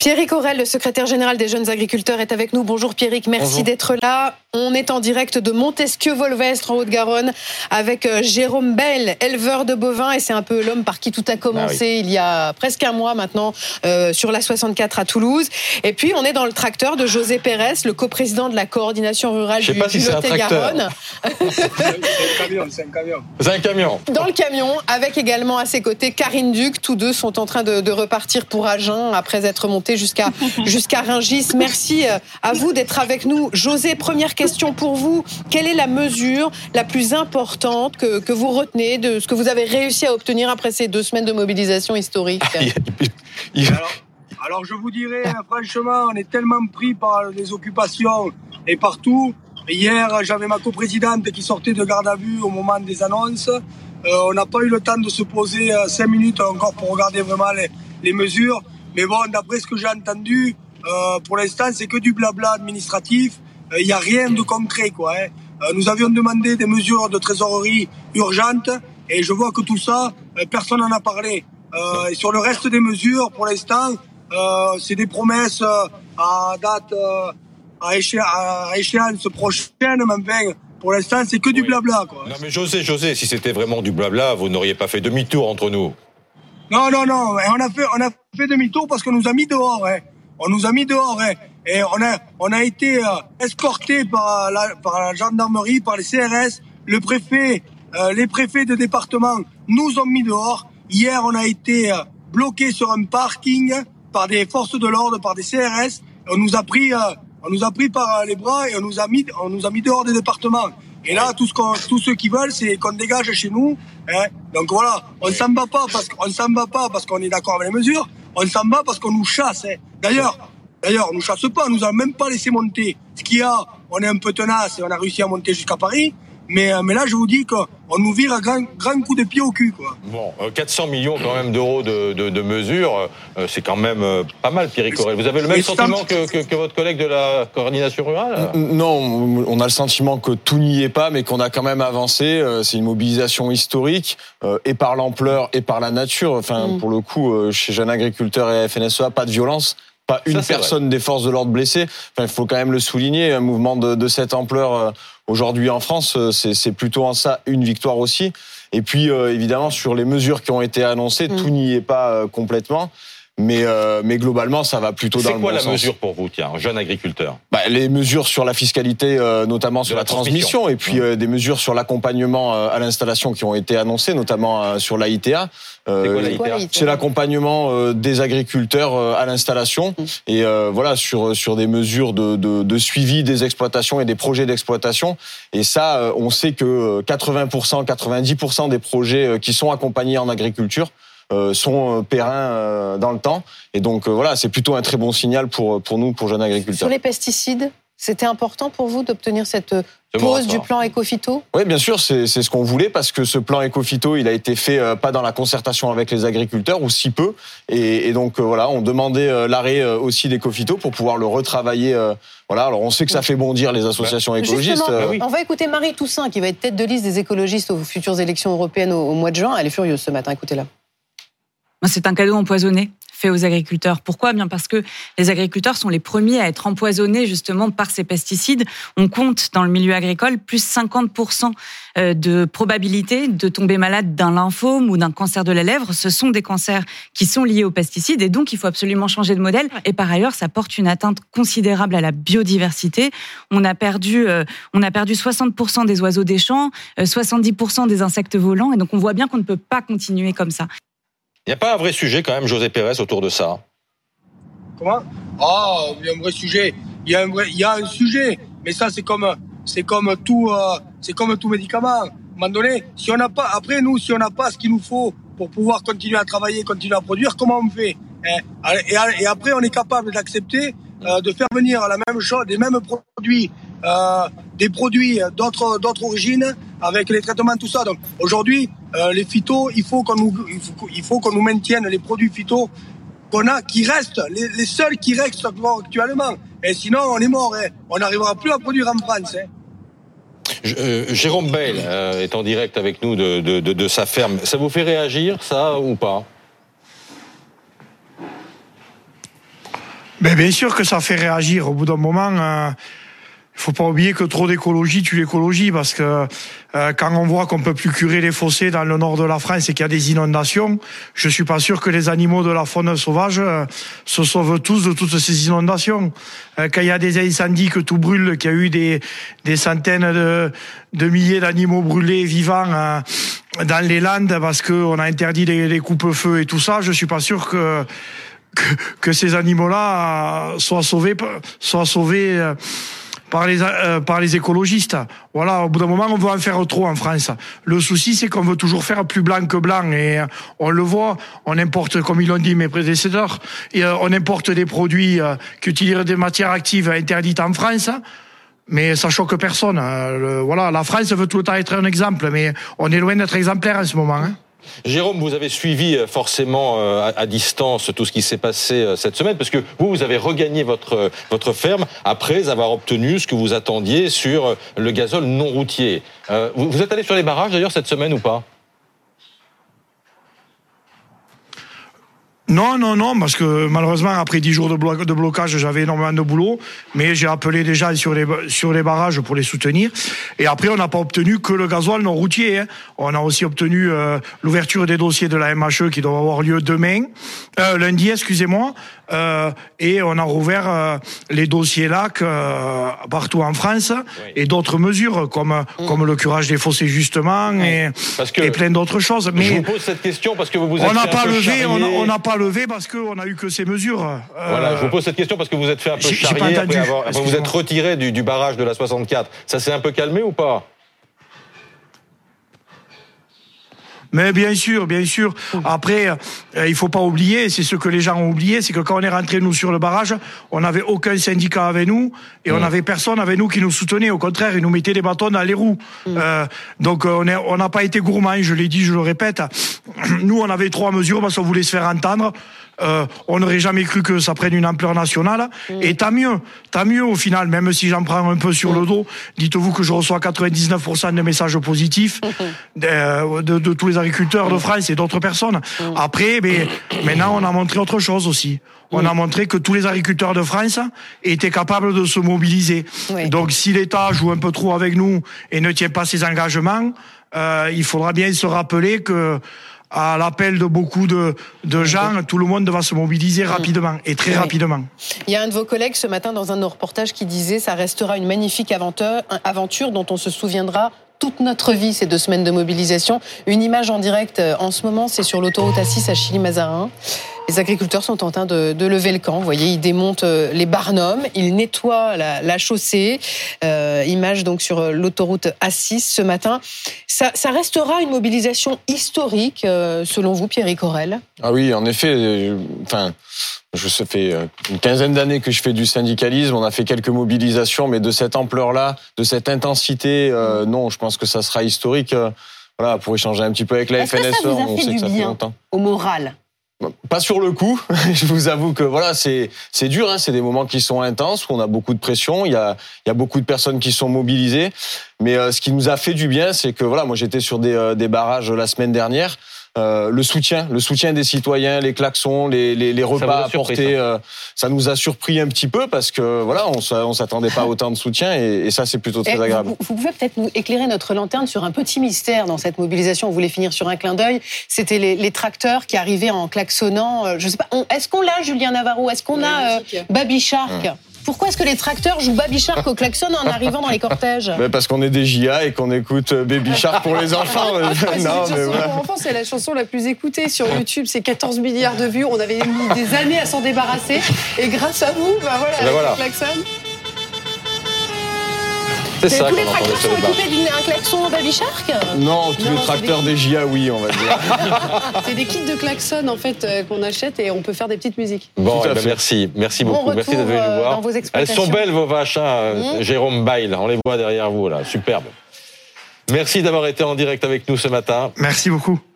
Pierrick Aurel, le secrétaire général des jeunes agriculteurs, est avec nous. Bonjour Pierrick, merci d'être là. On est en direct de Montesquieu-Volvestre en Haute-Garonne avec Jérôme Bel, éleveur de bovins, et c'est un peu l'homme par qui tout a commencé il y a presque un mois maintenant sur la 64 à Toulouse. Et puis on est dans le tracteur de José Pérez, le coprésident de la coordination rurale du Lot-et-Garonne. C'est un camion. C'est un camion. Dans le camion, avec également à ses côtés Karine Duc. Tous deux sont en train de repartir pour Agen après être montés jusqu'à Rungis. Merci à vous d'être avec nous. José, première question pour vous. Quelle est la mesure la plus importante que vous retenez de ce que vous avez réussi à obtenir après ces 2 semaines de mobilisation historique? Alors je vous dirais, franchement, on est tellement pris par les occupations et partout. Hier, j'avais ma coprésidente qui sortait de garde à vue au moment des annonces. On n'a pas eu le temps de se poser 5 minutes encore pour regarder vraiment les mesures. Mais bon, d'après ce que j'ai entendu, pour l'instant, c'est que du blabla administratif. Il n'y a rien de concret, quoi. Nous avions demandé des mesures de trésorerie urgentes et je vois que tout ça, personne n'en a parlé. Et sur le reste des mesures, pour l'instant, c'est des promesses à date, à échéance prochaine, mais enfin, pour l'instant, c'est que du blabla, quoi. Non mais José, si c'était vraiment du blabla, vous n'auriez pas fait demi-tour entre nous. Non. On a fait demi-tour parce qu'on nous a mis dehors. On nous a mis dehors. Et on a été escortés par la gendarmerie, par les CRS, le préfet, les préfets de département nous ont mis dehors. Hier, on a été bloqués sur un parking par des forces de l'ordre, par des CRS. On nous a pris par les bras et on nous a mis dehors des départements. Et là, tous ceux qui veulent, c'est qu'on dégage chez nous. Donc voilà, on s'en va pas parce qu'on est d'accord avec les mesures. On s'en va parce qu'on nous chasse. D'ailleurs, on nous chasse pas. On nous a même pas laissé monter. Ce qu'il y a, on est un peu tenace et on a réussi à monter jusqu'à Paris. Mais là, je vous dis qu'on nous vire à grand coup de pied au cul, quoi. Bon, 400 millions quand même d'euros de mesures, c'est quand même pas mal, Pierrick Aurel. Vous avez le même sentiment que votre collègue de la coordination rurale? Non, on a le sentiment que tout n'y est pas, mais qu'on a quand même avancé. C'est une mobilisation historique, et par l'ampleur et par la nature. Enfin, pour le coup, chez Jeunes Agriculteurs et FNSEA, pas de violence. Pas une personne des forces de l'ordre blessée. Enfin, il faut quand même le souligner. Un mouvement de cette ampleur aujourd'hui en France, c'est plutôt en ça une victoire aussi. Et puis évidemment sur les mesures qui ont été annoncées, tout n'y est pas complètement. Mais globalement, ça va plutôt dans le bon sens. C'est quoi la mesure pour vous, tiens, jeune agriculteur? Les mesures sur la fiscalité, notamment sur la transmission, et puis des mesures sur l'accompagnement à l'installation qui ont été annoncées, notamment sur l'AITA. C'est quoi l'AITA? C'est l'accompagnement des agriculteurs à l'installation, et voilà sur des mesures de suivi des exploitations et des projets d'exploitation. Et ça, on sait que 80%, 90% des projets qui sont accompagnés en agriculture sont pérennes dans le temps. Et donc voilà, c'est plutôt un très bon signal pour nous, pour jeunes agriculteurs. Sur les pesticides, c'était important pour vous d'obtenir cette pause du plan Écophyto? Oui, bien sûr, c'est ce qu'on voulait, parce que ce plan Écophyto, il a été fait pas dans la concertation avec les agriculteurs, ou si peu. Et donc voilà, on demandait l'arrêt aussi d'Écophyto pour pouvoir le retravailler. Voilà, alors on sait que ça fait bondir les associations écologistes. On va écouter Marie Toussaint, qui va être tête de liste des écologistes aux futures élections européennes au mois de juin. Elle est furieuse ce matin, écoutez-la. C'est un cadeau empoisonné fait aux agriculteurs. Pourquoi ? Bien parce que les agriculteurs sont les premiers à être empoisonnés justement par ces pesticides. On compte dans le milieu agricole plus 50% de probabilité de tomber malade d'un lymphome ou d'un cancer de la lèvre. Ce sont des cancers qui sont liés aux pesticides et donc il faut absolument changer de modèle. Et par ailleurs, ça porte une atteinte considérable à la biodiversité. On a perdu 60% des oiseaux des champs, 70% des insectes volants, et donc on voit bien qu'on ne peut pas continuer comme ça. Il n'y a pas un vrai sujet quand même, José Pérez, autour de ça? Comment? Il y a un vrai sujet. Il y a un sujet, mais ça c'est comme tout médicament. À un moment donné, si on n'a pas ce qu'il nous faut pour pouvoir continuer à travailler, continuer à produire, comment on fait? Et après, on est capable d'accepter de faire venir la même chose, des mêmes produits, des produits d'autres origines, avec les traitements, tout ça. Donc aujourd'hui, les phytos, il faut qu'on nous maintienne les produits phytos qu'on a, qui restent, les seuls qui restent actuellement. Et sinon, on est mort. On n'arrivera plus à produire en France. Jérôme Bel est en direct avec nous de sa ferme. Ça vous fait réagir, ça, ou pas? Mais bien sûr que ça fait réagir. Au bout d'un moment, il faut pas oublier que trop d'écologie tue l'écologie, parce que quand on voit qu'on peut plus curer les fossés dans le nord de la France et qu'il y a des inondations, je suis pas sûr que les animaux de la faune sauvage se sauvent tous de toutes ces inondations. Quand il y a des incendies, que tout brûle, qu'il y a eu des centaines de milliers d'animaux brûlés vivants dans les Landes parce qu'on a interdit les coupes-feux et tout ça, je suis pas sûr que ces animaux-là soient sauvés par les écologistes. Voilà, au bout d'un moment, on veut en faire trop en France. Le souci, c'est qu'on veut toujours faire plus blanc que blanc, et on le voit, on importe, comme ils l'ont dit mes prédécesseurs, et on importe des produits qui utilisent des matières actives interdites en France, mais ça choque personne. Voilà, la France veut tout le temps être un exemple, mais on est loin d'être exemplaire en ce moment. Jérôme, vous avez suivi forcément à distance tout ce qui s'est passé cette semaine, parce que vous avez regagné votre ferme après avoir obtenu ce que vous attendiez sur le gazole non routier. Vous êtes allé sur les barrages d'ailleurs cette semaine ou pas ? Non, parce que malheureusement, après 10 jours de blocage, j'avais énormément de boulot, mais j'ai appelé des gens sur les barrages pour les soutenir. Et après, on n'a pas obtenu que le gasoil non routier. On a aussi obtenu l'ouverture des dossiers de la MHE qui doivent avoir lieu lundi, excusez-moi. Et on a rouvert les dossiers lacs partout en France, et d'autres mesures comme le curage des fossés justement, et plein d'autres choses. Mais je vous pose cette question parce que vous êtes on n'a fait pas un peu levé, charrier. on n'a pas levé parce qu'on a eu que ces mesures. Voilà, je vous pose cette question parce que vous êtes fait un peu charrier après vous êtes retiré du barrage de la 64. Ça s'est un peu calmé ou pas ? Mais bien sûr. Après, il faut pas oublier, c'est ce que les gens ont oublié, c'est que quand on est rentré nous sur le barrage, on n'avait aucun syndicat avec nous et on n'avait personne avec nous qui nous soutenait. Au contraire, ils nous mettaient des bâtons dans les roues. Donc on n'a pas été gourmand, je l'ai dit, je le répète. Nous, on avait 3 mesures parce qu'on voulait se faire entendre. On n'aurait jamais cru que ça prenne une ampleur nationale. Et tant mieux au final, même si j'en prends un peu sur le dos. Dites-vous que je reçois 99% de messages positifs de tous les agriculteurs de France et d'autres personnes. Après, maintenant, on a montré autre chose aussi. On a montré que tous les agriculteurs de France étaient capables de se mobiliser. Donc, si l'État joue un peu trop avec nous et ne tient pas ses engagements, il faudra bien se rappeler que à l'appel de beaucoup de gens, tout le monde va se mobiliser rapidement, et très rapidement. Il y a un de vos collègues ce matin dans un de nos reportages qui disait « Ça restera une magnifique aventure dont on se souviendra toute notre vie, ces 2 semaines de mobilisation ». Une image en direct en ce moment, c'est sur l'autoroute A6 à Chilly-Mazarin. Les agriculteurs sont en train de lever le camp. Vous voyez, ils démontent les barnums, ils nettoient la chaussée. Image donc sur l'autoroute A6 ce matin. Ça restera une mobilisation historique, selon vous, Pierrick Orel ? Ah oui, en effet. Ça fait une quinzaine d'années que je fais du syndicalisme. On a fait quelques mobilisations, mais de cette ampleur-là, de cette intensité, non, je pense que ça sera historique. Voilà, pour échanger un petit peu avec la FNSEA. Est-ce que ça vous a on fait sait du que ça fait bien longtemps. Au moral ? Pas sur le coup. Je vous avoue que voilà, c'est dur. C'est des moments qui sont intenses, où on a beaucoup de pression. Il y a beaucoup de personnes qui sont mobilisées. Mais ce qui nous a fait du bien, c'est que voilà, moi j'étais sur des barrages la semaine dernière. Le soutien des citoyens, les klaxons, les repas apportés, ça nous a surpris un petit peu parce que voilà, on s'attendait pas à autant de soutien et ça c'est plutôt très agréable. Vous pouvez peut-être nous éclairer notre lanterne sur un petit mystère dans cette mobilisation. On voulait finir sur un clin d'œil. C'était les tracteurs qui arrivaient en klaxonnant. Je sais pas. Est-ce qu'on l'a, Julien Navarro ? Est-ce qu'on a Baby Shark ? Pourquoi est-ce que les tracteurs jouent Baby Shark au klaxon en arrivant dans les cortèges ? Parce qu'on est des JA et qu'on écoute Baby Shark pour les enfants. Pour enfants, c'est la chanson la plus écoutée sur YouTube. C'est 14 milliards de vues. On avait mis des années à s'en débarrasser. Et grâce à vous, voilà. Le klaxon. C'est ça tous les tracteurs sont équipés d'un klaxon Baby Shark ? Non, tous les tracteurs des JA, oui, on va dire. C'est des kits de klaxon en fait qu'on achète et on peut faire des petites musiques. Bon, merci beaucoup. Merci d'être venu nous voir. Elles sont belles vos vaches, Jérôme Beil. On les voit derrière vous là, superbe. Merci d'avoir été en direct avec nous ce matin. Merci beaucoup.